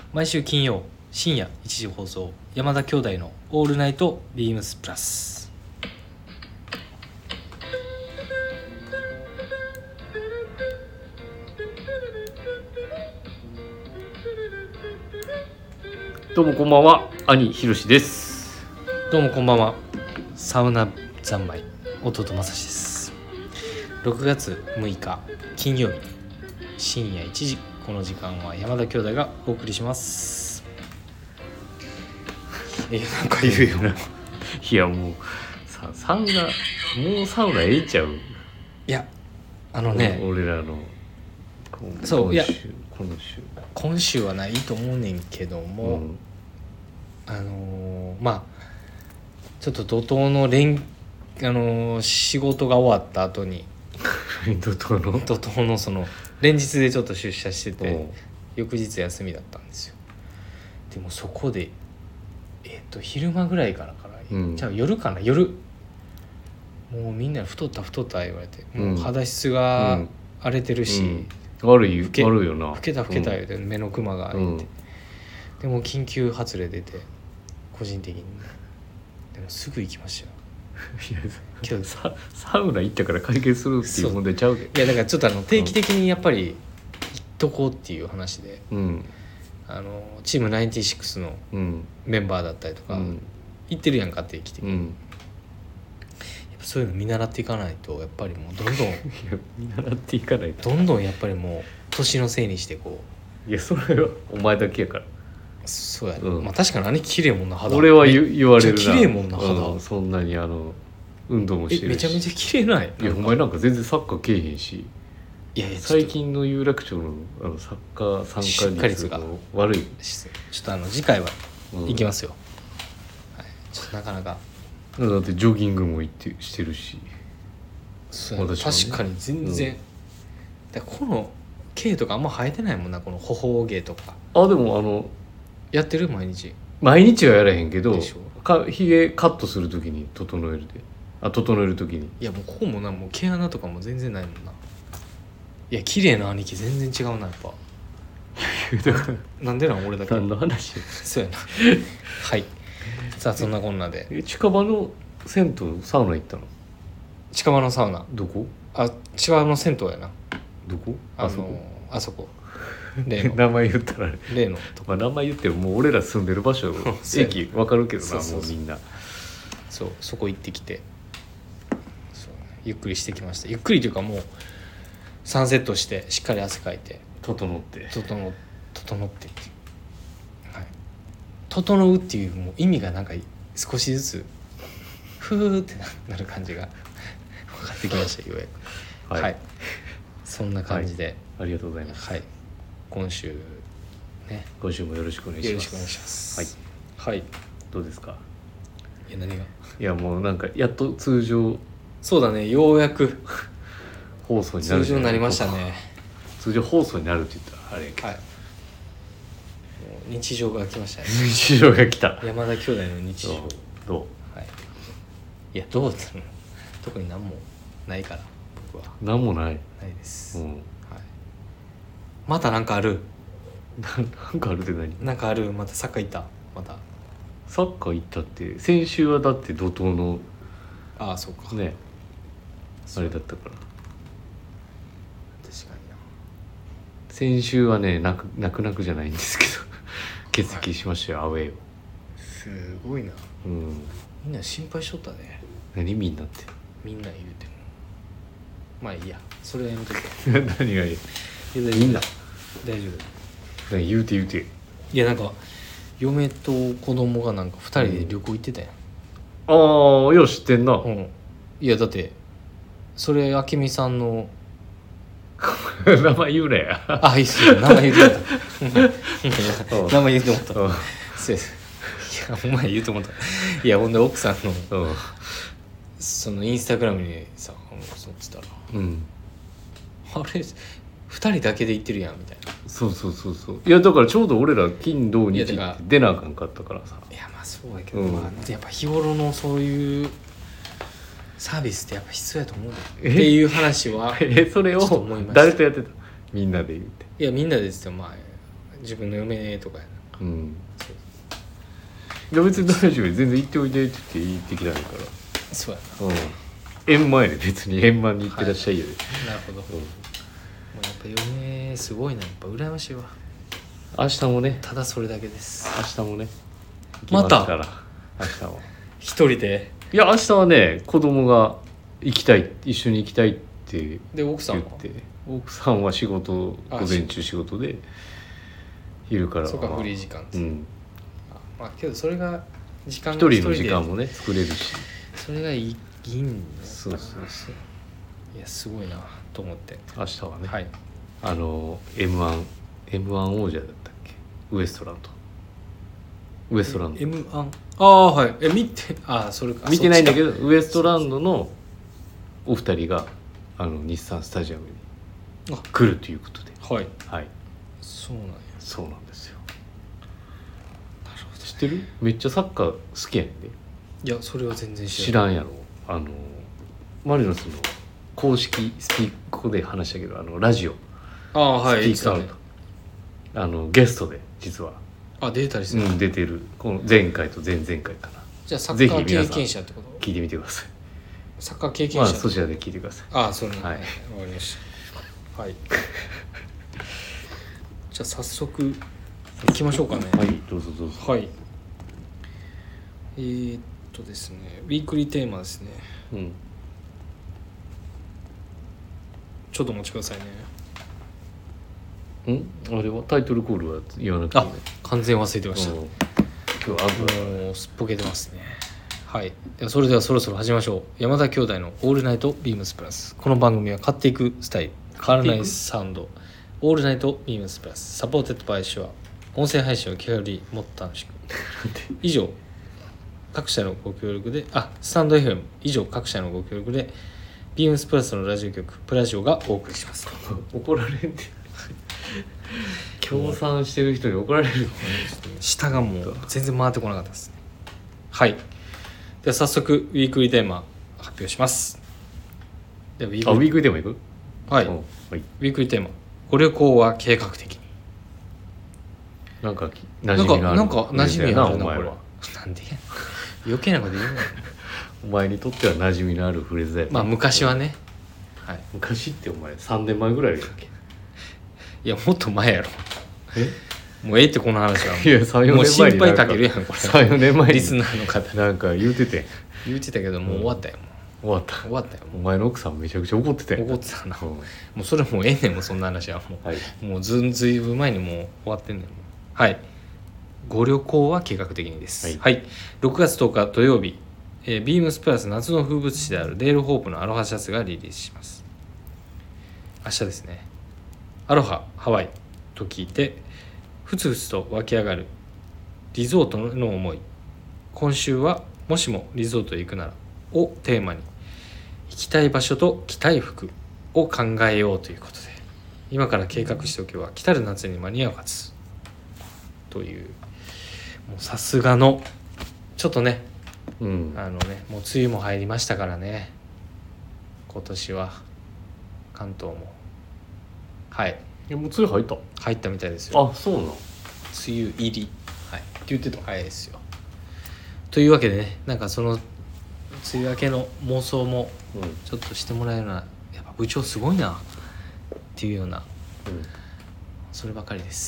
毎週金曜深夜1時放送、山田兄弟のオールナイトビームスプラス。 どうもこんばんは、兄ひろしです。 どうもこんばんは、サウナ三昧弟まさしです。6月6日金曜日深夜1時、この時間は山田兄弟がお送りします。なんか言うよいやもうサウナ、もうサウナええちゃう。 いやね、 俺らのそう、いや今週はないと思うねんけども、まあちょっと怒涛の仕事が終わった後に怒涛のその連日でちょっと出社してて、翌日休みだったんですよ。でもそこで昼間ぐらいからじゃあ夜かな、夜もうみんな太った言われて、もう肌質が荒れてるし、 悪いよな、 老けた言うて、目のクマが開いて、でも緊急発令出て、個人的にでもすぐ行きましたよ。 いやサウナ行ったから解決するっていう問題ちゃうで。 いやだからちょっと定期的にやっぱり行っとこうっていう話で、チーム96のメンバーだったりとか、行ってるやんか、定期的に、やっぱそういうの見習っていかないと、やっぱりもうどんどん見習っていかないとどんどんやっぱりもう年のせいにしてこう。いやそれはお前だけやから。 そうやね、まあ確かに兄貴綺麗もんな肌。 俺は言われるな。 綺麗もんな肌、 そんなに運動もしてるし。 めちゃめちゃ綺麗ない。 いやお前なんか全然サッカーけえへんし。 いや最近の有楽町のサッカー参加率が悪い。 ちょっと次回は行きますよ、ちょっとなかなか。 だってジョギングもしてるし。 そうや、ね、確かに全然、だこの毛とかあんま生えてないもんな、この頬毛とか。 でもやってる毎日はやらへんけど、ひげカットするときに整えるときに。 いやもうここもな、もう毛穴とかも全然ないもんな。いや綺麗な兄貴全然違うな、やっぱなんでなん俺だけ。 何の話そうやなはい、さあそんなこんなで近場の銭湯サウナ行ったの？ 近場のサウナどこ？ 近場の銭湯やな。 どこ？ あそこ例の名前言ったら例のとか、 名前言ってももう俺ら住んでる場所駅分かるけどな、もうみんな。 そこ行ってきて、ゆっくりしてきました。ゆっくりというかもうサンセットしてしっかり汗かいて整ってっていう、整うっていうもう意味がなんか少しずつふーってなる感じが分かってきました、ようやく。はい、そんな感じで、 ありがとうございます。 今週もよろしくお願いします。 よろしくお願いします。はい、 どうですか？ いや何が？ いやもうなんかやっと通常。 そうだね、ようやく放送になる。 通常になりましたね。 通常放送になるって言ったらあれ。 もう日常が来ましたね。 日常が来た。 山田兄弟の日常。 どう？ いやどうっての特に何もないから、僕は何もないです、またなんかある？ なんかあるって何？ なんかある？またサッカー行った？またサッカー行ったって、先週はだって怒涛のそうかね、あれだったから。 確かにな。 先週はね、泣くじゃないんですけど欠席しましたよ、アウェイを。 すごいな。みんな心配しとったね。 何みんなって？ みんな言うてもまあいいや、それはやめとけ何がいい？ みんな大丈夫。 言うていやなんか嫁と子供がなんか2人で旅行行ってたやん。 よう知ってんな。 いやだってそれ明美さんの名前言うなや。 いいっすよ、名前言うてもった名前言うてもったいやお前言うと思った。いやほんで奥さんのそのインスタグラムにさそうっつったら、あれ2人だけで行ってるやんみたいな。 そういやだからちょうど俺ら金土日って出なあかんかったからさ。 いやまあそうやけど、やっぱ日頃のそういうサービスってやっぱ必要やと思うっていう話はそれを誰とやってた？みんなで言って。 いやみんなで言ってもまあ自分の嫁とかやな。 うんいや別に大丈夫全然行っておいでって言って行ってきたんだかそうやら円満やで別に円満に行ってらっしゃいよで、 なるほど、もうやっぱ嫁すごいな、やっぱ羨ましいわ。 明日もねただそれだけです。 明日もねまた行きますから明日は一人で。 いや明日はね子供が行きたい一緒に行きたいってで奥さんは言って奥さんは仕事午前中仕事で昼からはそうかフリー時間です、 うんまあけどそれが時間一が人の時間もね作れるしそれがいいんだ。 そうそうそういやすごいなと思って。 明日はね、 はい。 M1 王者だったっけウエストランド M1 ああはい見てそれか見てないんだけどどウエストランドのお二人が日産スタジアムに来るということではいはいそうなんや。 そうなんですよ。 なるほど。 知ってるめっちゃサッカー好きやんでいやそれは全然知らんやろマリノスの公式スピーここで話したけどラジオはいスピーカーゲストで実は出たりする、 出てるこの前回と前々回かな。 じゃあサッカー経験者ってこと。 聞いてみてください。 サッカー経験者、 そちらで聞いてください。 そうなんだ、 はい、 わかりましたはいじゃあ早速行きましょうかね。 はいどうぞどうぞ。 はいですねウィークリーテーマですね。ちょっとお待ちくださいね。 あれはタイトルコールは言わなくていいね。 完全忘れてました。 今日もうすっぽけてますね。はいではそれではそろそろ始めましょう。山田兄弟のオールナイトビームスプラス。この番組は買っていくスタイル変わらないサウンドオールナイトビームスプラスサポーテッドバイシュア音声配信を気軽にもっと楽しく以上各社のご協力でスタンド FM 以上各社のご協力でビームスプラスのラジオ局プラジオがお送りします。 怒られんで協賛してる人に怒られる。 下がもう全然回ってこなかったですね。はいでは早速ウィークリーテーマ発表します。ではウィークリーテーマいく。 はい、ウィークリーテーマご旅行は計画的に。 なんか馴染みがある。 なんか馴染みがあるなお前は。 なんでや余計なこと言うなお前にとっては馴染みのあるフレーズだよね。 昔はね、 昔ってお前3年前ぐらいだっけ。 いやもっと前やろ。もうってこの話は。 いや3、4年前にもう心配かけるやんこれ。 3、4年前にリスナーの方なんか言うてたけどもう終わったよ。 終わったよ。お前の奥さんめちゃくちゃ怒ってたよ。 怒ってたな。もうそれもうねんもうそんな話はもう、もうずいぶん前にもう終わってんねんもう。はいご旅行は計画的にです。はい、6月10日土曜日、ビームスプラス夏の風物詩であるデールホープのアロハシャツがリリースします。明日ですね。アロハハワイと聞いてふつふつと湧き上がるリゾートの思い。今週はもしもリゾートへ行くならをテーマに行きたい場所と着たい服を考えようということで、今から計画しておけば来たる夏に間に合うはずという、もうさすがのちょっとね、もう梅雨も入りましたからね、今年は関東ももう梅雨入ったみたいですよ。 そうなの。 梅雨入りって言ってた。早いですよ。というわけでね、なんかその梅雨明けの妄想もちょっとしてもらえるような、やっぱ部長すごいなっていうような、そればかりです。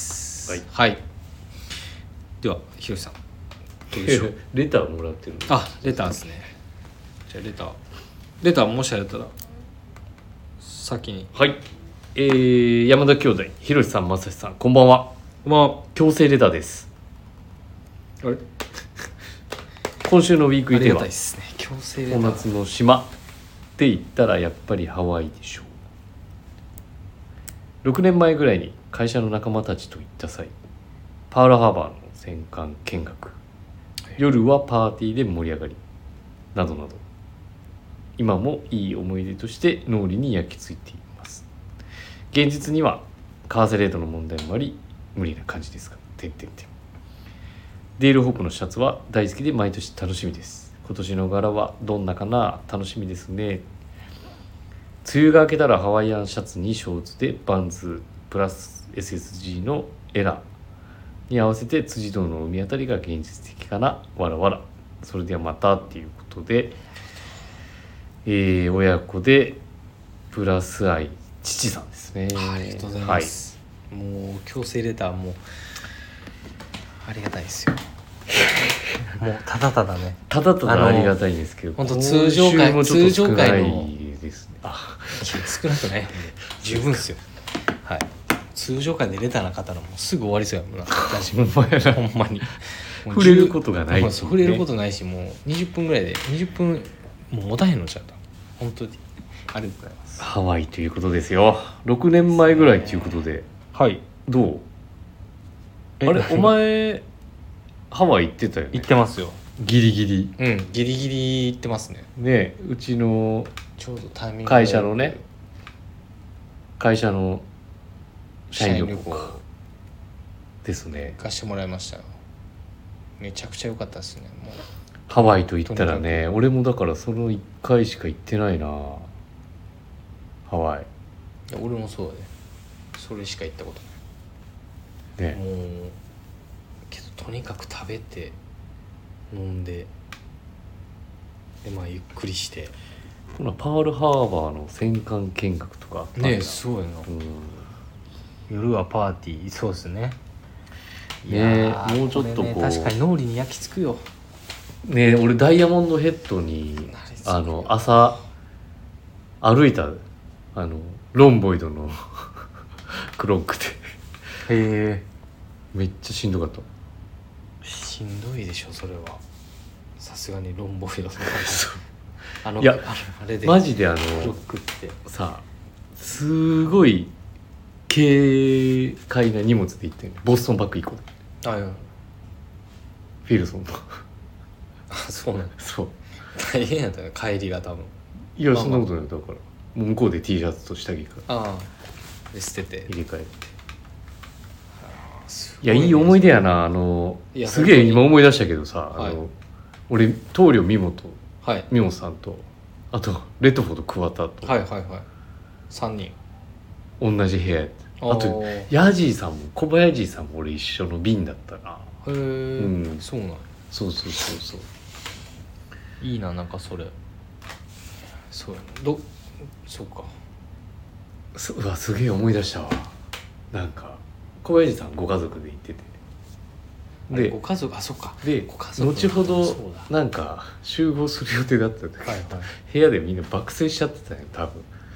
はいではひろしさんどうでしょう。 レターもらってる。 レターですね。じゃあレターもしあれたら先に。 山田兄弟ひろしさんまさしさんこんばんは。強制レターです。 あれ今週のウィークリーテーマ、 強制レター。 小夏の島って言ったらやっぱりハワイでしょう。6年前ぐらいに会社の仲間たちと行った際、パールハーバーの戦艦見学、夜はパーティーで盛り上がりなどなど、今もいい思い出として脳裏に焼き付いています。現実には為替レートの問題もあり無理な感じですが、デールホープのシャツは大好きで毎年楽しみです。今年の柄はどんなかな、楽しみですね。梅雨が明けたらハワイアンシャツにショーツでバンズプラス SSG のエラーに合わせて辻堂の海あたりが現実的かなわらわらそれではまたっていうことで、親子でプラス愛父さんですね。 ありがとうございます、もう強制レターもありがたいですよもうただただねただただありがたいんですけど本当通常回今週もちょっと少ない通常回ですね。 少なくない十分ですよ。はい、通常回でレターなかったらもうすぐ終わりそうやもんなラジオほんまやなほんまにもう触れることがないもう触れることないし、もう20分ぐらいで20分もう持たへんのちゃうと本当にありがとうございます。 ハワイということですよ。6年前ぐらいということではいどうあれお前ハワイ行ってたよね。 行ってますよ。 ギリギリうんギリギリ行ってますね。 ねうちのちょうどタイミング会社の社員旅旅行行かですね。 行かしてもらいましたよ。めちゃくちゃ良かったですね。もうハワイと言ったらとにね俺もだからその1回しか行ってないなハワイいや俺もそうだね。それしか行ったことない。 ね。 もうけどとにかく食べて飲んでまあゆっくりしてほらパールハーバーの戦艦見学とかあったんだねえすごいな、夜はパーティーそうですね。いやーもうちょっとこうれね確かに脳裏に焼き付くよ。 ね俺ダイヤモンドヘッドに朝歩いたロンボイドのクロックでへえめっちゃしんどかった。 しんどいでしょそれは。さすがにロンボイドのいやあれでマジでクロックってさすごい軽快な荷物で行ったよね。ボストンバッグ1個であいやフィルソンのあそうなんそう大変やったね帰りが多分。 いやまあまあそんなことないだからもう向こうで T シャツと下着からああで捨てて入れ替えてすごねいやいい思い出やな。 いやすげえ本当に今思い出したけどさ、 はい俺棟梁三はい本さんとあとレッドフォード桑田とはいはいはい3人同じ部屋やってあとへヤジーさんも小林さんも俺一緒の便だったな。 え、 んそうなんそうそういいななんかそれそうやなそうかうわすげえ思い出したわ。なんか小林さんご家族で行っててでご家族そっかでご家族後ほどそうだなんか集合する予定だったんだけど、 はいはい部屋でみんな爆睡しちゃってたよ多分。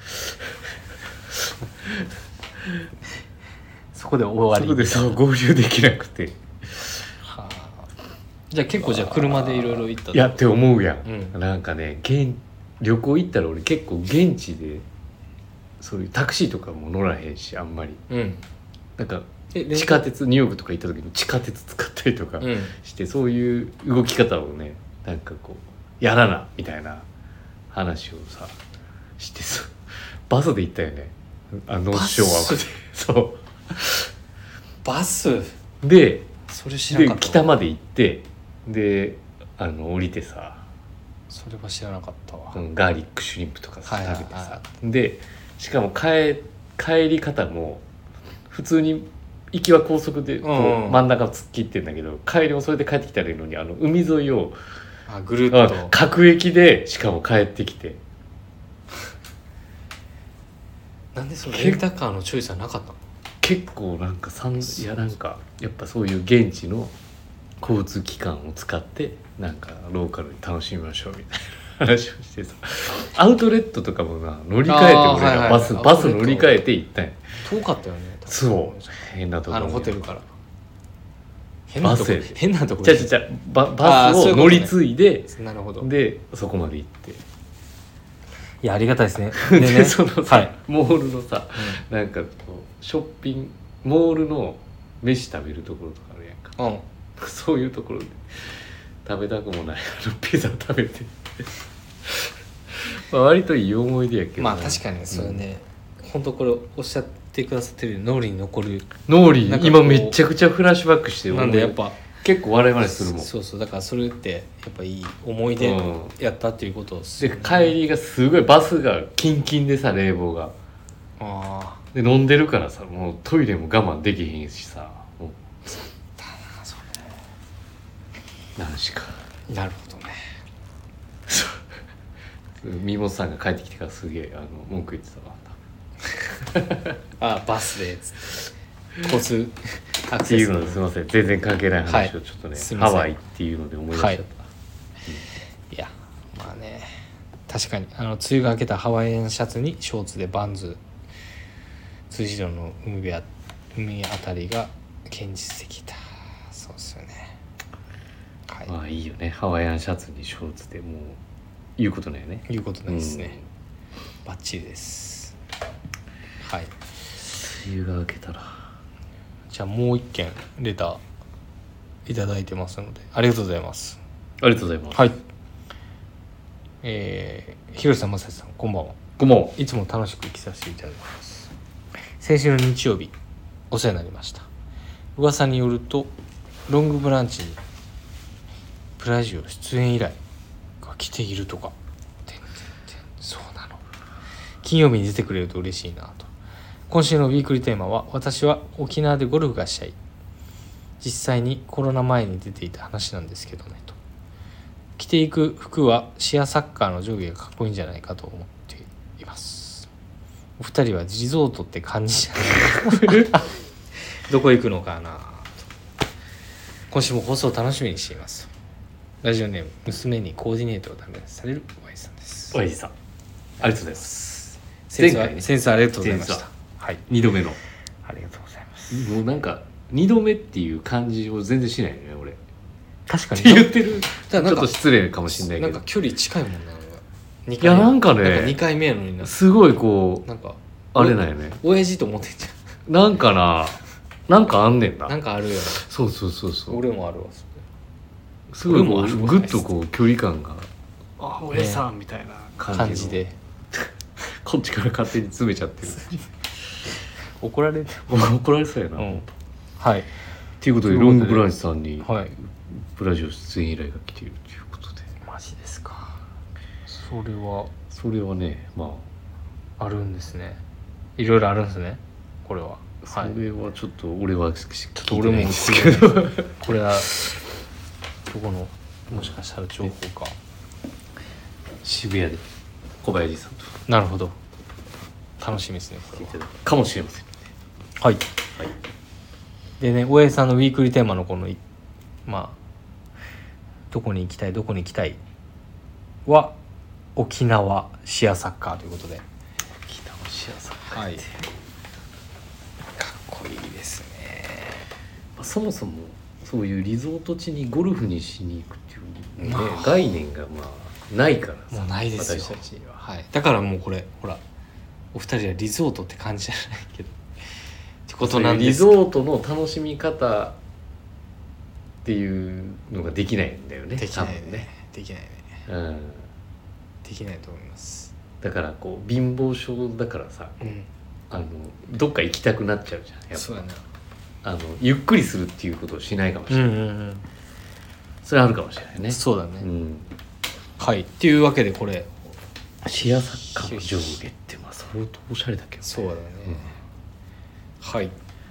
そこで終わりそこでそう合流できなくてはあじゃあ結構じゃあ車でいろいろ行ったいやって思うやん、 うんなんかね旅行行ったら俺結構現地でそういうタクシーとかも乗らへんしあんまりうんなんかレンタ地下鉄ニューヨークとか行った時に地下鉄使ったりとかうんして、そういう動き方をねなんかこうやらなみたいな話をさしてさバスで行ったよねノースショアまでそバスうでそれ知らなかったわ北まで行ってで降りてさ、 それは知らなかったわガーリックシュリンプとかさはいはいはい食べてさでしかも帰り方も普通に行きは高速でこうんう真ん中突っ切ってんだけど帰りもそれで帰ってきたらいいのに海沿いをぐるっと各駅でしかも帰ってきてなんでそのレンタカーのチョイスはなかったの結構なんかいやなんかやっぱそういう現地の交通機関を使ってなんかローカルに楽しみましょうみたいな話をしてさアウトレットとかもな乗り換えて俺はいはいらバスアウトレット乗り換えて行ったんや。 遠かったよね多分そう変なところにホテルから変なとこバスやで変なとこじゃじゃバスを乗り継いでなるほどでそこまで行っていやありがたいですねでそのさ、 はいモールのさなんかこうショッピングモールの飯食べるところとかあるやんかうんそういうところで食べたくもないピザ食べてまあ割といい思い出やけどまあ確かにそれね、本当これおっしゃってくださってるように脳裏に残る脳裏なんかこう今めちゃくちゃフラッシュバックしてなんでやっぱ結構笑い話するもんそうそうだからそれってやっぱいい思い出やったっていうことですでよね帰りがすごいバスがキンキンでさ冷房があで飲んでるからさもうトイレも我慢できへんしさもうあ何しか。 なるほどね。 三本さんが帰ってきてからすげえ文句言ってたわ。 あバスでつって交通アクっていうセスのですいません、全然関係ない話をちょっとね、 すいませんハワイっていうので思い出しちゃった、 いやまあね確かに梅雨が明けたハワイアンシャツにショーツでバンズ辻堂の海あたりが現実的だ。そうですよね。はい、 まあいいよね、ハワイアンシャツにショーツでもう言うことないよね。 いうことないですね、バッチリです。はい、 梅雨が明けたら。 じゃあもう一件レターいただいてますのでありがとうございます。 ありがとうございます。 はい、広瀬さん正さんこんばんは。 こんばんは。 いつも楽しく聞きさせていただきます。先週の日曜日お世話になりました。噂によるとロングブランチにプラジオ出演依頼が来ているとか。そうなの。金曜日に出てくれると嬉しいなと。今週のウィークリーテーマは私は沖縄でゴルフがしたい。実際にコロナ前に出ていた話なんですけどねと。着ていく服はシアサッカーの上下がかっこいいんじゃないかと思っています。お二人はリゾートって感じじゃないどこ行くのかな。今週も放送を楽しみにしています。ラジオネーム娘にコーディネートをダメ出しされるおやじさんです。 おやじさんありがとうございます。 先前回ね生ありがとうございました。はい、 2度目のありがとうございます。 もうなんか2度目っていう感じを全然しないよね俺。 確かにって言ってるちょなんかっと失礼かもしれないけど、 なんか距離近いもんな。2 いやなんかね 2回目やのにな。 すごいこうなんかあれなんよね、 親父と思ってんじなんかな、なんかあんねんな。 ゃん。なんかあるよね。 そうそうそうそう。 俺もあるわ。 すごいこ俺もあるわうグッとこう距離感があおやさんみたいな感じの感じでこっちから勝手に詰めちゃってる怒られる。 怒られそうやな、 うんはい。 っていうことでロングブランチさんにはい。 プラジオ出演依頼が来ているということで、 マジですか。それはそれはねまあるんですね。いろいろあるんですね。これは。 あそはい。 れはちょっと俺はちょっと俺もですけどこれはどこのもしかしたら情報か。 渋谷で小林さんとなるほど。楽しみですね。これは来ていただくかもしれません。 はい。 はい。 でね、大江さんのウィークリーテーマのこのまあどこに行きたいは沖縄シアサッカーということで。 沖縄シアさんはい。かっこいいですね。 そもそもそういうリゾート地にゴルフにしに行くっていう、ねまあ概念がまあないからさ、 もうないですよ私たちには。 はい。だからもうこれほらお二人はリゾートって感じじゃないけどってことなんです。 リゾートの楽しみ方っていうのができないんだよね。 できない多分ね。できないね。 うん。 できないと思います。 だからこう貧乏症だからさ、 うん。 どっか行きたくなっちゃうじゃん。やっぱそうやな。 ゆっくりするっていうことをしないかもしれない。 うんそれあるかもしれないね。 そうだね。 うん。 はい。っていうわけでこれシアサッカーの上下ってまあ相当おしゃれだけどね。 そうだね。はい。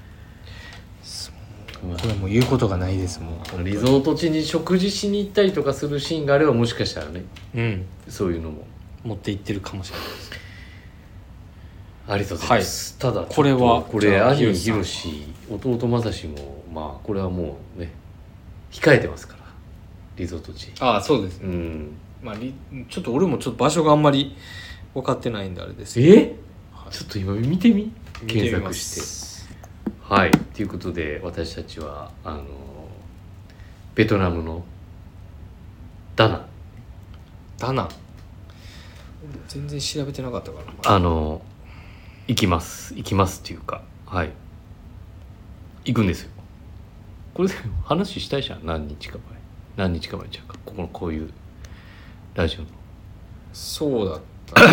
これもう言うことがないですもん。 リゾート地に食事しに行ったりとかするシーンがあればもしかしたらねうん。 そういうのも持って行ってるかもしれないです。 ありがとうございます、ただこれはちょっとこれじゃあ兄ひろひしさんろし弟正志もまあこれはもうね控えてますからリゾート地。 ああそうですね。 うんまあちょっと俺もちょっと場所があんまり分かってないんであれですけど。はいちょっと今見てみ見てみ検索ますしてはいということで私たちはベトナムのダナダナ全然調べてなかったから行きますっていうかはい行くんですよ。これで話したいじゃん。何日か前ちゃうかこういうラジオのそうだ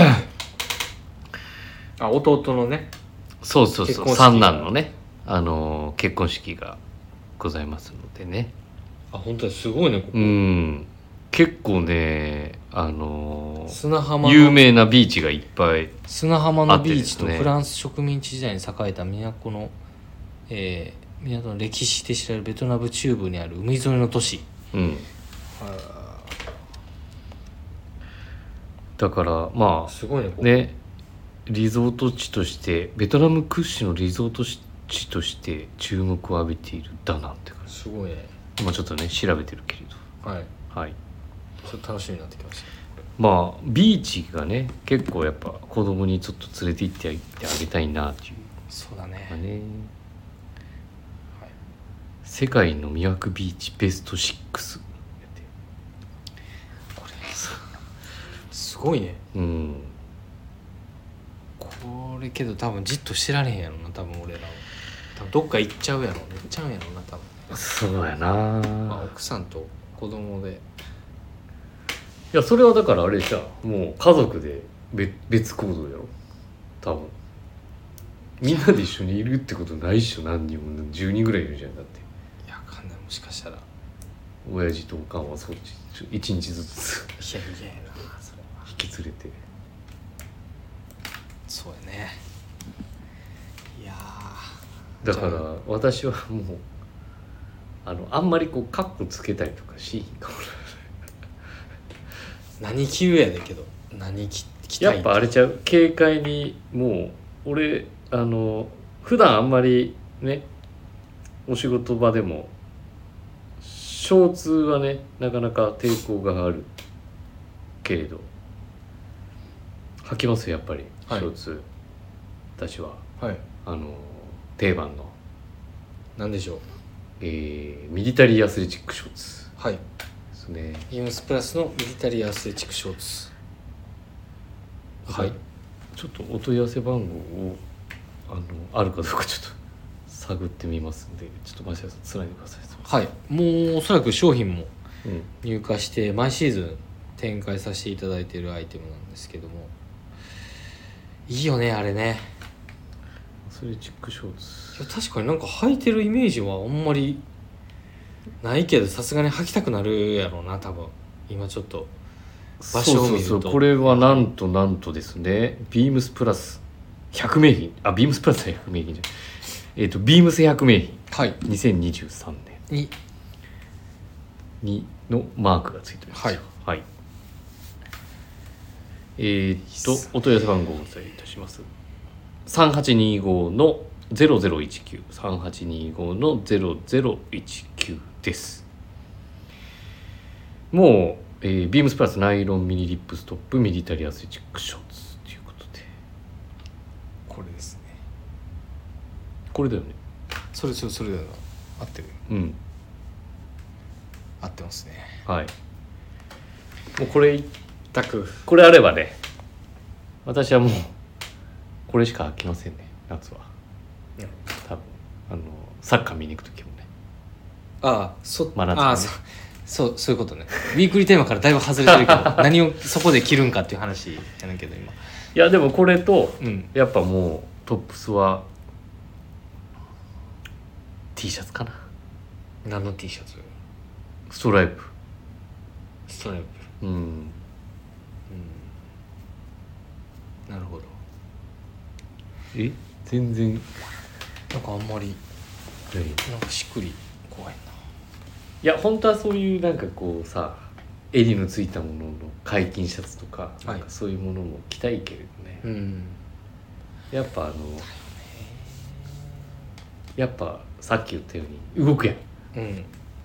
ったあ弟のねそう結婚式が三男のね結婚式がございますのでね。 あ本当にすごいねここ、 結構ね砂浜の有名なビーチがいっぱい砂浜のビーチとあってですねフランス植民地時代に栄えた港の歴史で知られるベトナム中部にある海沿いの都市うんだからまあすごいねここね、リゾート地としてベトナム屈指のリゾート地として注目を浴びているダナンって感じ。 すごいね。 今ちょっとね調べてるけれはい。 ど、はい、 ちょっと楽しみになってきました。 まあビーチがね結構やっぱ子供にちょっと連れて行ってあげたいなっていうそうだね。 まあね、 はい、 世界の魅惑ビーチベスト6。 これすごいね。 うんこれけど多分じっとしてられへんやろな多分俺らは。多分どっか行っちゃうやろ。行っちゃうんやろな多分。 そうやな、 まあ、奥さんと子供で。 いやそれはだからあれじゃん、もう家族で別行動やろ多分。みんなで一緒にいるってことないっしょ。何人も10人ぐらいいるじゃん。だっていやわかんない、もしかしたら。い親父とおかんはそっち1日ずつやいややなそれは。 引き連れて。 そうやね。いやだから私はもうあんまりこうカッコつけたりとかしんかも。 何級やでけど何着たい。 やっぱあれちゃう、軽快にもう俺普段あんまりねお仕事場でもショーツはねなかなか抵抗があるけれど履きますよやっぱりショーツ、私ははい。 定番の、 なんでしょう。 ミリタリーアスレチックショーツはい。 ですね。 ビームスプラスのミリタリーアスレチックショーツ。はい。 ちょっとお問い合わせ番号をあるかどうかちょっと探ってみますんで、ちょっと町田さんつないでください。 はい。もうおそらく商品もうん入荷して毎シーズン展開させていただいているアイテムなんですけども、いいよねあれね。 アスレチックショーツいや確かになんか履いてるイメージはあんまりないけど、さすがに履きたくなるやろうな多分。今ちょっと場所を見るとそうこれはなんとですね、ビームスプラス100名品、ビームスプラスは100名品じゃない、ビームス100名品はい 2023年にのマークがついてますよ。はい、お問い合わせ番号をお伝えいたします。3825の0019 3825の0019です。もう、ビームスプラスナイロンミニリップストップミリタリーアスレチックショーツということで、 これですね。 これだよね。 それだな。合ってる。 うん合ってますね。 はい。もうこれ全くこれあればね、私はもうこれしか飽きませんね夏は。多分サッカー見に行く時もね。 真夏ね。そういうことね。ウィークリーテーマからだいぶ外れてるけど何をそこで着るんかっていう話やねんけど今。 いやでもこれと、 うんやっぱもうトップスは T シャツかな。 何の T シャツ？ ストライプ。 ストライプ。なるほど。 全然なんかあんまりなんかしっくり怖いな。 いや本当はそういうなんかこうさ、襟のついたものの解禁シャツとか、なんかそういうものも着たいけれどね、やっぱやっぱさっき言ったように動くやん。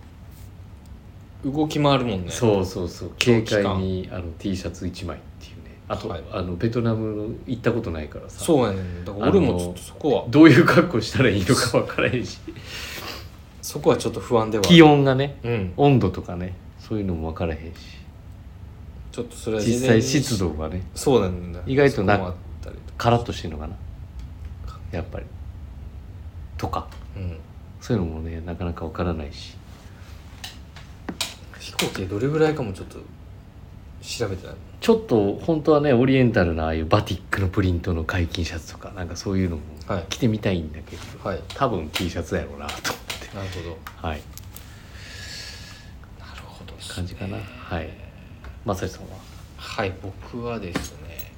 動き回るもんね。 そう軽長期間快にT シャツ1枚っていうね。あと、 はいベトナム行ったことないからさ、 そうやねん。だから俺もちょっとそこはどういう格好したらいいのか分からへんしちょっと不安ではある。 気温がね、 うん温度とかね、そういうのも分からへんし、 ちょっとそれは実際湿度がねそうなんだ。 意外となそこもあったりとか。 カラッとしてるのかなやっぱりとか、そういうのもねなかなか分からないし、 飛行機でどれぐらいかもちょっと調べてない。 ちょっと本当はねオリエンタルなああいうバティックのプリントの解禁シャツとかなんかそういうのも着てみたいんだけど、 はい。 多分 T シャツやろうなと思って、 なるほど。 はいなるほどですね。 感じかな。はい。まさしさんは？ はい、僕はですね、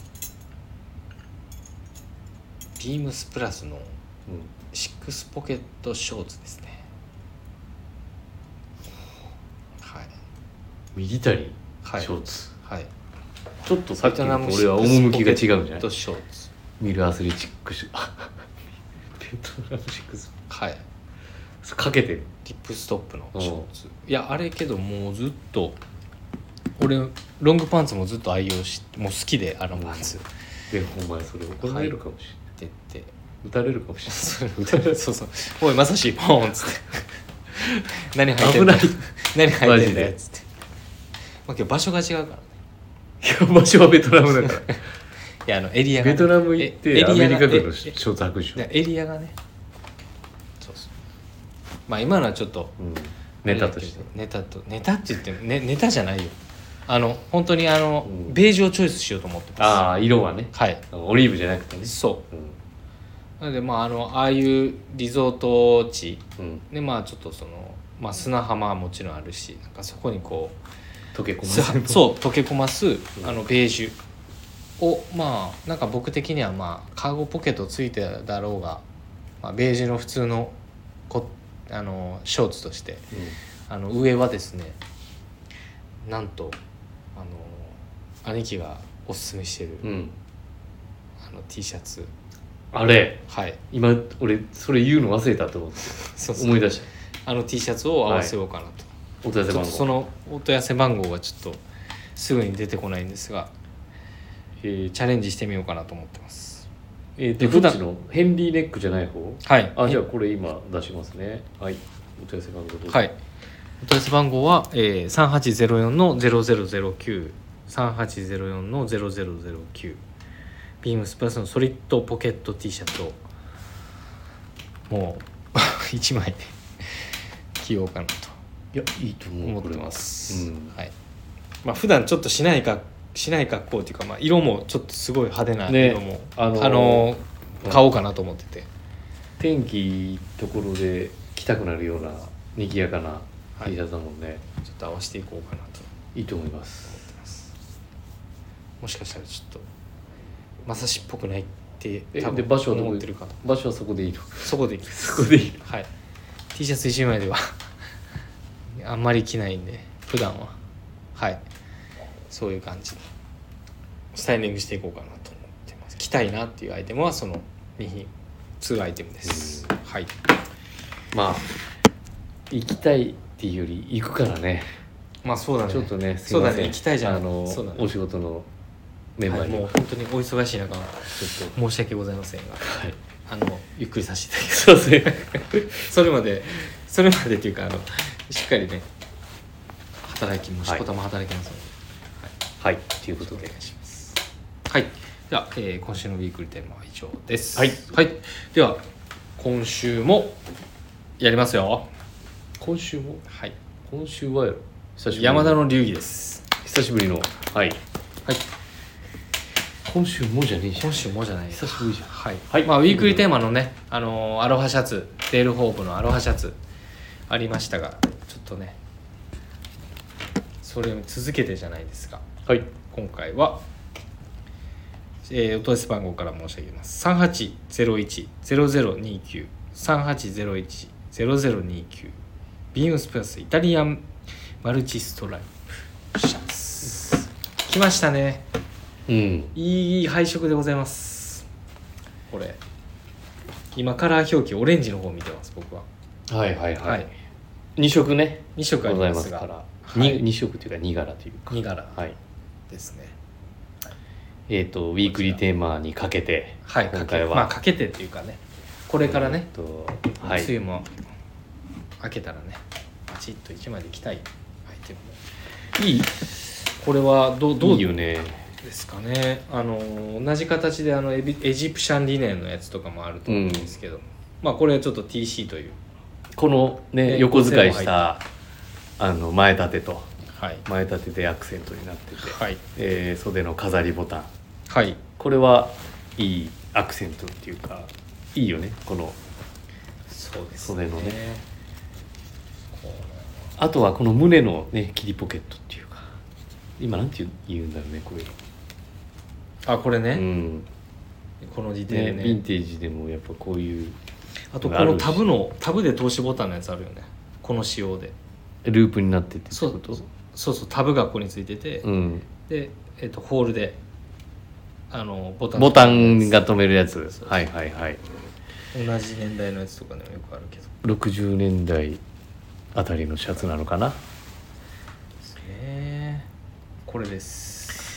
ビームスプラスのシックスポケットショーツですね。はい。 ミリタリーはいショーツ、 はいちょっとさっきのと俺は趣が違うんじゃないポケットショーツミルアスレチックシュベトナムシックスはいかけてるリップストップのショーツいやあれけどもうずっと俺ロングパンツもずっと愛用しもう好きであのパンツでお前それ怒られるかもしれない、 って撃たれるかもしそうそうおいまさしポーンっつって何履いてんだよ危何履いてんだマジでよっつってまあ今日場所が違うからねれないいや場所はベトナムだからいやエリアが、ね、 ベトナム行ってアメリカ軍のシえョーツ履くでしょ、 エリアがねそうそうまあ今のはちょっとうん、ネタとしてネタって言っても、ね、ネタじゃないよ本当にんベージュをチョイスしようと思ってますああ色はねはいオリーブじゃなくてねそうなのでまあああいうリゾート地うんでまあちょっとまあ、砂浜はもちろんあるしなんかそこにこう溶け込むそう溶け込ますベージュをまあなんか僕的にはまあカーゴポケットついてるだろうが、まあ、ベージュの普通のショーツとして上はですねなんと兄貴がおすすめしてる、 うん、うん、 T シャツあれはい今俺それ言うの忘れたと思ってそう思い出した T シャツを合わせようかなと、 お問い合わせ番号そのお問い合わせ番号がちょっとすぐに出てこないんですが、チャレンジしてみようかなと思ってます。 どっちのヘンリーネックじゃない方はいじゃあこれ今出しますねはいお問い合わせ番号どうぞはいお問い合わせ番号は、3804の0009 3804の0009ビームスプラスのソリッドポケット T シャツをもう1枚で着ようかなといやいいと思う思ってます、 うんはいまあ普段ちょっとしない格好っていうか、まあ、色もちょっとすごい派手な色も、 ね買おうかなと思ってて天気いいところで着たくなるような賑やかな T シャツだもんね、 ちょっと合わせていこうかなといいと思います思ってますもしかしたらちょっとまさしっぽくないって多分で場所はどこ思ってるかと場所はそこでいいのそこでいきますそこでいいのはい T シャツ1枚ではあんまり着ないんで普段ははいそういう感じでスタイリングしていこうかなと思ってます着たいなっていうアイテムはその2アイテムです、はいまあ行きたいっていうより行くからねまあそうだねちょっとねすいそうませんだね行きたいじゃんそうだねお仕事のメンバーにはい、もう本当にお忙しい中ちょっと申し訳ございませんがはいゆっくりさせていただきますそうですねそれまでっていうかしっかりね働きもしこたま働きますので、 はいということでお願いしますはいでは、今週のウィークリーテーマは以上ですはい、 では今週もやりますよ今週もはい今週はやろ久しぶり山田の流儀です久しぶりのはいはい今週もじゃねえじゃん今週もじゃない久しぶりじゃんはい、 はいまあウィークリーテーマのねアロハシャツデールホープのアロハシャツありましたがちょっとねそれを続けてじゃないですがはい今回は、お問い合わせ番号から申し上げます。3801-0029 3801-0029ビームスプラスイタリアンマルチストライプシャツ来ましたね。 うんいい配色でございます。これ今カラー表記オレンジの方を見てます僕は。 はいはいはい、 はい、 2色ね 2色ありますがございますから、 はい、 2色というか2柄というか 2柄はいですね。 ウィークリーテーマにかけてはい今回はまあかけてっていうかねこれからね、 はい梅雨も明けたらねパチッと1枚でいきたいアイテムいいこれはどういいよねですかね同じ形でエジプシャンリネンのやつとかもあると思うんですけど、まあこれはちょっと TC というこのね横使いした前立てとはい前立てでアクセントになってて、 はい袖の飾りボタンはいこれはいいアクセントっていうかいいよねこのそうです袖のねこあとはこの胸のね切りポケットっていうか今なんて言うんだろうねこういうのこれね、 うんこの時点でねヴィンテージでもやっぱこういうあとこのタブで通しボタンのやつあるよねこの仕様でループになっててってそうことそうそうタブがここについてて、 うんで、ホールでボボタンが止めるやつ。 そうはいはいはい。 同じ年代のやつとかでもよくあるけど 60年代あたりのシャツなのかな。 これです。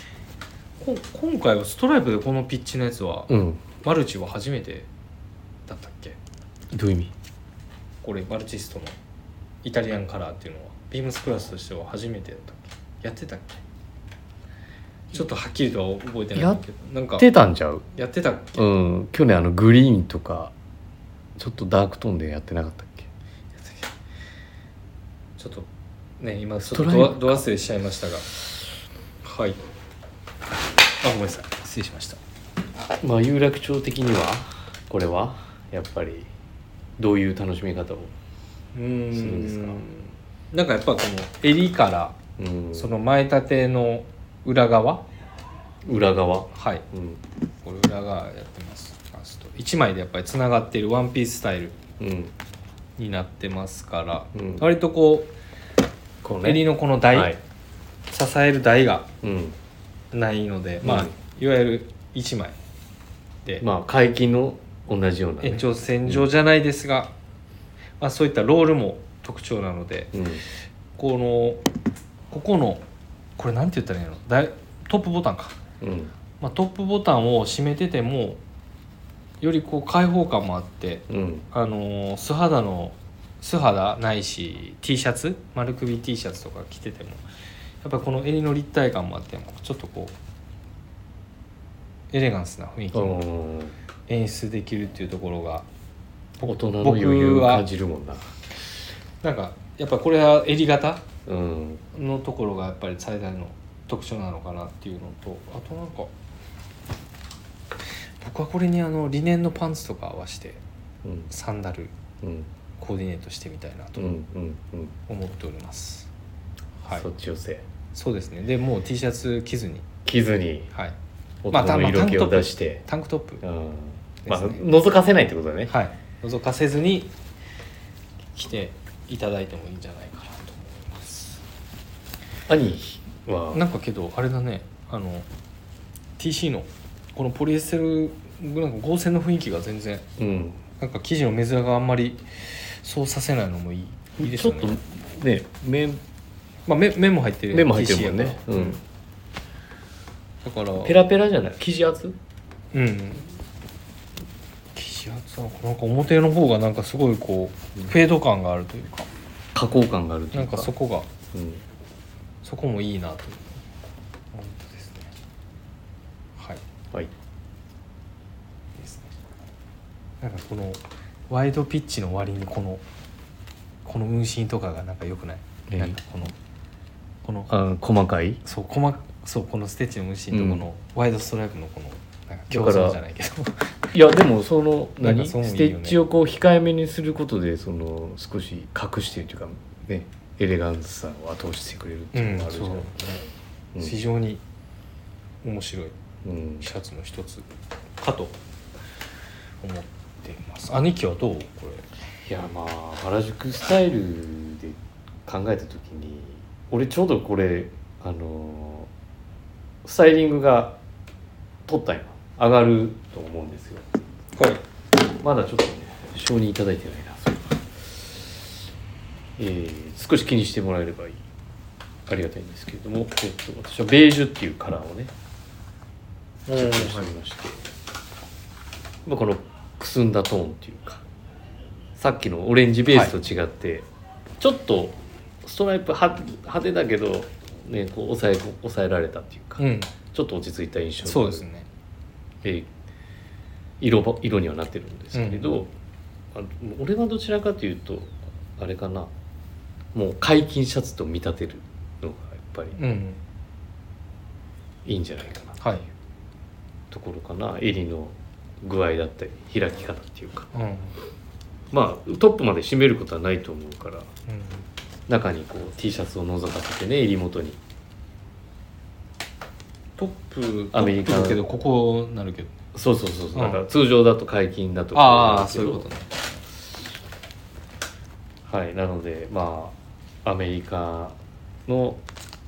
今回はストライプでこのピッチのやつは、 うん。 マルチは初めてだったっけ。 どういう意味？ これマルチストのイタリアンカラーっていうのはビームスプラスとしては初めてだったっけ。やってたっけ。ちょっとはっきりとは覚えてないけど、なんかやってたんちゃう？ やってたっけ。 うん。去年グリーンとかちょっとダークトーンでやってなかったっけ？ ちょっとね今ちょっストライプとド忘れしちゃいましたが、はい。あ、ごめんなさい、失礼しました。 まあ有楽町的にはこれはやっぱりどういう楽しみ方をするんですか？ なんかやっぱこの襟からその前立ての裏側、はい、これ裏側やってます。1枚でやっぱりつながっているワンピーススタイルになってますから、割とこう襟のこの台、支える台がないので、まあいわゆる1枚で、 まあ解禁の同じような、 延長線上じゃないですが、まあ、そういったロールも特徴なので、ここのこれなんて言ったらいいの、トップボタンか、まあ、トップボタンを閉めててもよりこう開放感もあって、素肌ないし T シャツ、丸首 T シャツとか着ててもやっぱりこの襟の立体感もあって、ちょっとこうエレガンスな雰囲気を演出できるっていうところが大人の余裕を感じるもんな。 なんかやっぱこれは襟型のところがやっぱり最大の特徴なのかなっていうのと、あとなんか僕はこれにリネンのパンツとか合わせてサンダルコーディネートしてみたいなと思っております。はい、 そっち寄せ。 そうですね。でもう T シャツ着ずに、 はい、 大人の色気を出してタンクトップ、 まあ覗かせないってことだね。 はい、覗かせずに着ていただいてもいいんじゃないかなと思います。 兄はなんかけどあれだね、TC のこのポリエステルなんか合成の雰囲気が全然、なんか生地の目面があんまりそうさせないのもいいですよね。 ちょっとね、面も入ってる、 面も入ってるもんね。 だからペラペラじゃない、生地厚？ 生地厚はなんか表の方がなんかすごいこうフェード感があるというか、 加工感があるというか、 なんかそこが、そこもいいなという本当ですね。はいですね。なんかこのワイドピッチの割にこの運針とかがなんか良くない？なんかこの細かい、 そうこのステッチの運針とこのワイドストライプのこのなんか競争じゃないけどいやでもそのなんかそうもいいよね、 ステッチをこう控えめにすることで少し隠しているというかね、エレガンスさを後押ししてくれるっていうのがあるじゃない、 非常に面白いシャツの一つかと思っています。兄貴はどうこれ？ いやまあ原宿スタイルで考えた時に俺ちょうどこれスタイリングが取ったんや上がると思うんですよ。 はい。 まだちょっとね承認いただいてないな。少し気にしてもらえればいいありがたいんですけれども、私はベージュっていうカラーをねチェックしてみまして、このくすんだトーンっていうかさっきのオレンジベースと違って、ちょっとストライプ派手だけど、ね、こう抑えられたっていうか、ちょっと落ち着いた印象のそうですね、 色にはなってるんですけれど、俺はどちらかというとあれかな、もう解禁シャツと見立てるのがやっぱりいいんじゃないかなというところかな。襟の具合だったり開き方っていうか、まあトップまで締めることはないと思うから、中にこう T シャツを覗かせてね、襟元にトップアメリカだけどここなるけど、 そう、だから通常だと解禁だとそういうことね。 はい、なのでまあアメリカの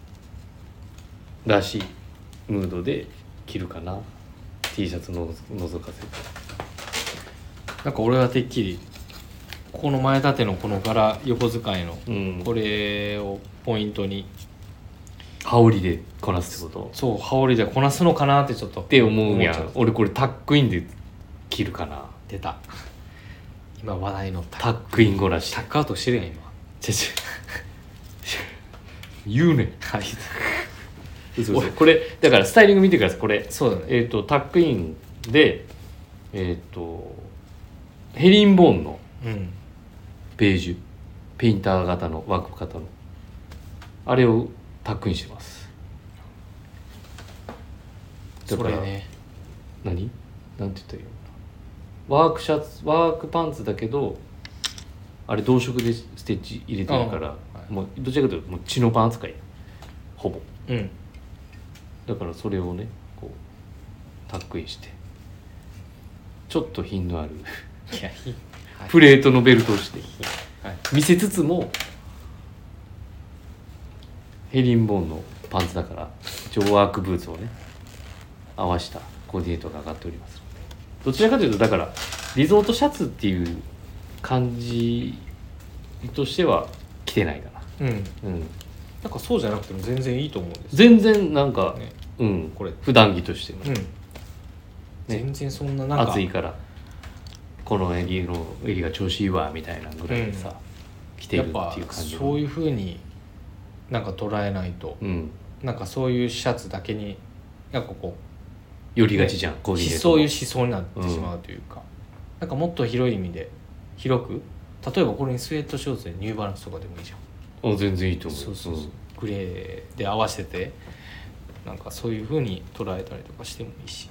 らしいムードで着るかな。 T シャツの覗かせて、 なんか俺はてっきりこの前立てのこの柄横使いのこれをポイントに羽織でこなすってこと？ そう羽織でこなすのかなってちょっとって思うんや。俺これタックインで着るかな。 出た今話題のタックイン後らしい。 タックアウトしてるやん今言うねん。 はい嘘これだからスタイリング見てください。これそうだねタックインでヘリンボーンのベージュペインター型のワーク型のあれをタックインしてます。だからそれねなんて言ったらいいの？ワークシャツワークパンツだけどあれ同色でステッチ入れてるから、もうどちらかというともうチノパン扱いほぼ。だからそれをねこうタックインしてちょっと品のあるいやいい、はい、 プレートのベルトをして、 はい、 見せつつもヘリンボーンのパンツだから一応ワークブーツをね合わせたコーディネートが上がっております。どちらかというとだからリゾートシャツっていう感じとしては着てないかな。 なんかそうじゃなくても全然いいと思うんです。 全然なんか、 ね、これ普段着としても、 全然そんななんか暑いからこの襟が調子いいわみたいなぐらいでさ、着てるっていう感じ。 そういう風になんか捉えないと、なんかそういうシャツだけになんかこう寄りがちじゃん、コーディネートそういう思想になってしまうというか、なんかもっと広い意味で広く、例えばこれにスウェットショーツでニューバランスとかでもいいじゃん。 全然いいと思う。 そうグレーで合わせてなんかそういう風に捉えたりとかしてもいいし、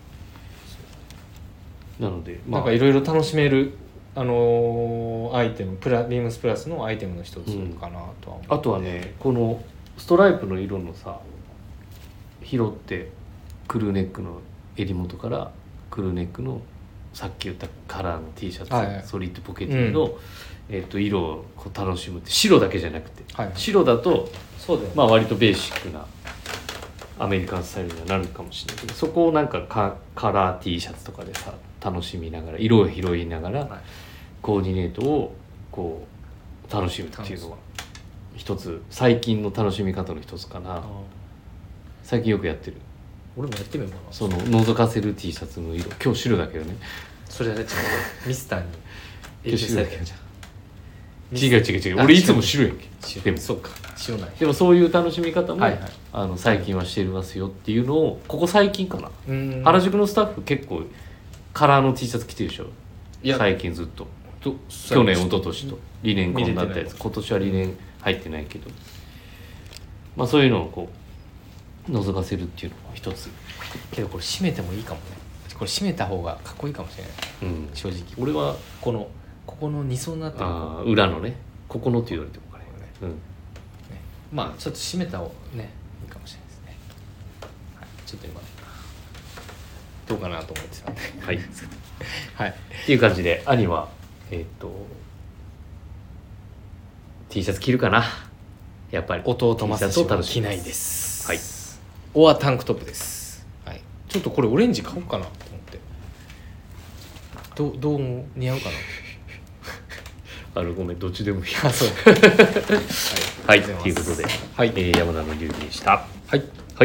なので、 なんかいろいろ楽しめるアイテムビームスプラスのアイテムの一つかなとは思う。 あとはねこのストライプの色のさ拾ってクルーネックの襟元からクルーネックのさっき言ったカラーの T シャツ、ソリッドポケットの、色をこう楽しむって白だけじゃなくて、白だとそうだよね、 割とベーシックなアメリカンスタイルにはなるかもしれないけど、そこをなんかカラー T シャツとかでさ楽しみながら色を拾いながら、コーディネートをこう楽しむっていうのは一つ最近の楽しみ方の一つかな。最近よくやってる。 俺もやってみようかな。 その覗かせる T シャツの色、今日白だけどね。 それはねミスターに影響されてるじゃん。違う俺いつも白やんけ。でもそうか白ない。 でもそういう楽しみ方も、最近はしてますよっていうのをここ最近かな。原宿のスタッフ結構カラーの T シャツ着てるでしょ。最近ずっと去年一昨年とリネンこんなったやつ、今年はリネン入ってないけど、そういうのをこう覗かせるっていうのが一つ。 けどこれ締めてもいいかもね。これ締めた方がかっこいいかもしれない、正直。俺はここの2層になってる裏のね、ここのって言われてもからね、 ちょっと締めた方がねいいかもしれないですね、ちょっと今どうかなと思ってたんではい、 っていう感じで兄はT シャツ着るかな。やっぱり弟正志は着ないです。 はい。 オアタンクトップです。はい。ちょっとこれオレンジ買おうかなと思って。どう似合うかな。 ごめんどっちでもいい。 そう。 はい。ということで、山田の流儀でした。 はい。 はい。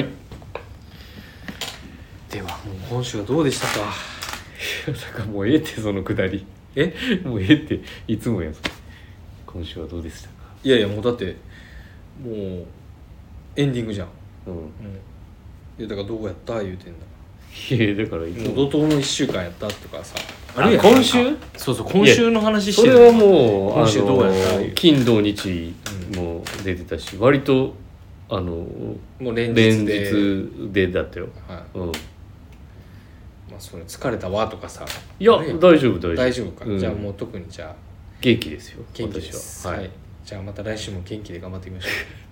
ではもう今週はどうでしたか。 だからもうええってそのくだり。もうええっていつもやつ。今週はどうでしたか。 いやもうだってもうエンディングじゃん。いやだからどうやった言うてんだ。 いやだからもう怒涛の1週間やったとかさ。 今週？ そう今週の話してる。 それはもう今週どうやった金土日も出てたし、割ともう連日ででだったよ。 それ疲れたわとかさ。 いや大丈夫か。じゃあもう特にじゃあ元気ですよ。 元気です。はい。じゃあまた来週も元気で頑張っていきましょ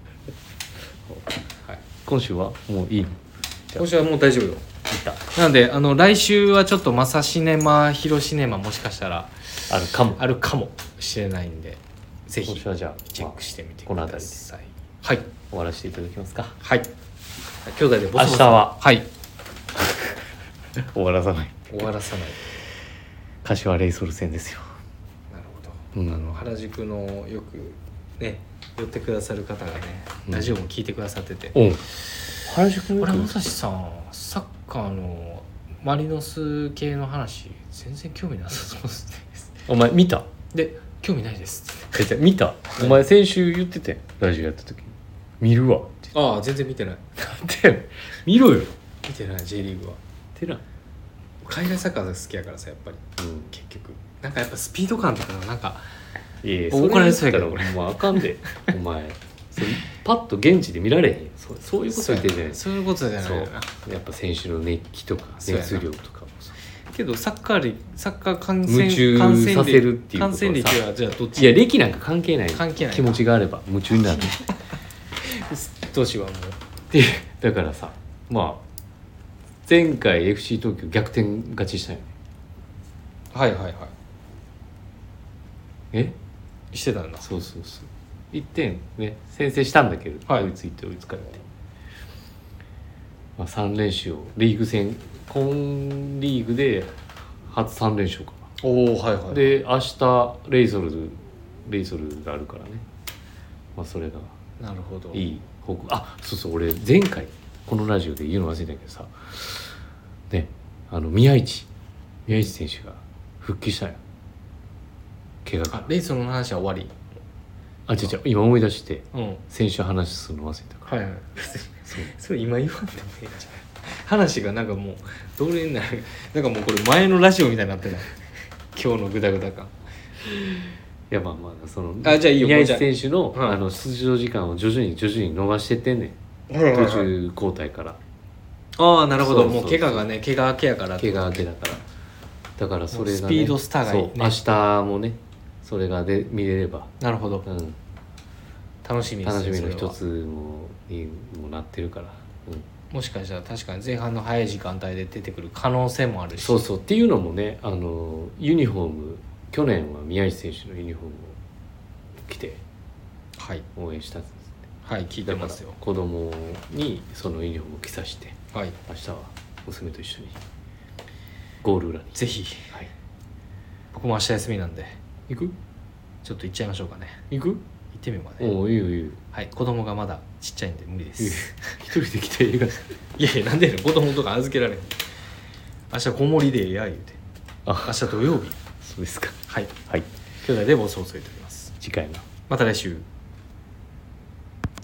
う。はい。 今週はもういい。 今週はもう大丈夫よ。なので来週はちょっとマサシネマヒロシネマもしかしたらあるかもしれないんで、ぜひチェックしてみてください。 はい終わらせていただきますか。 はい兄弟でボソボソ明日ははい終わらさない。 終わらさない。 柏レイソル戦ですよ。 なるほど、 うん原宿のよくね寄ってくださる方がね、 うんラジオも聞いてくださってて、 おう原宿の俺武蔵さんサッカーのマリノス系の話全然興味なさそうですねお前見た？ で興味ないですってえ見た？お前先週言っててラジオやった時見るわってああ全然見てない言って見ろよ。 見てない J リーグは。 てな、 海外サッカーが好きやからさやっぱりうん、 結局なんかやっぱスピード感とかなんかいや怒られそうやけど俺もうあかんでお前それパッと現地で見られへんよ。そういうこと言ってんじゃないですそういうことじゃないそうな。 やっぱ選手の熱気とかそうやな熱量とかもさけどサッカー観夢中させるっていうことはさ観戦歴はじゃあどっちいや歴なんか関係ない。 関係ない気持ちがあれば夢中になるどうしはもうでだからさまあ前回 FC 東京逆転勝ちしたよね。 はいはいはいえしてたんだ。 そうそうそう1点ね先制したんだけど、 はい追いついて追いつかれて、まあ、3連勝リーグ戦今リーグで初3連勝かおおはいはな。で明日レイソルがあるからね、まあ、それがなるほどいい報告。あそうそう俺前回このラジオで言うの忘れたけどさね宮市選手が復帰したよ怪我からレイソルの話は終わり。 違う今思い出してうん先週話するの忘れたからはいはいそうそれ今言わんでもいいじゃん。話がなんかもうどれになるなんかもうこれ前のラジオみたいになってない今日のグダグダ感。 いやまあまあそのあじゃあいいよ宮市選手の、 うん出場時間を徐々に伸ばしてってんねん、 はい途中交代からああなるほど。 そうそうそうもう怪我がね怪我明けやから怪我明けだからだからそれが、ね、 スピードスターがいいねそう明日もねそれがで見れれば、 なるほどうん、 楽しみですね。 楽しみのそれは一つにもなってるから、 もしかしたら確かに前半の早い時間帯で出てくる可能性もあるし。 そうそうっていうのもねユニフォーム去年は宮市選手のユニフォームを着てはい応援したんですね。 はい聞いてだからますよ。 子供にそのユニフォームを着さしてはい明日は娘と一緒にゴール裏に、 ぜひはい、 僕も明日休みなんで行くちょっと行っちゃいましょうかね。 行く行ってみようかね。 おおいいよいいよはい子供がまだちっちゃいんで無理でいいよす。 一人で来て映画いやいやなんでやねん子供とか預けられへん。明日子守りでええや言うて。明あ日土曜日。 そうですか。 はいはい兄弟でボソボソ言っております。 次回のまた来週。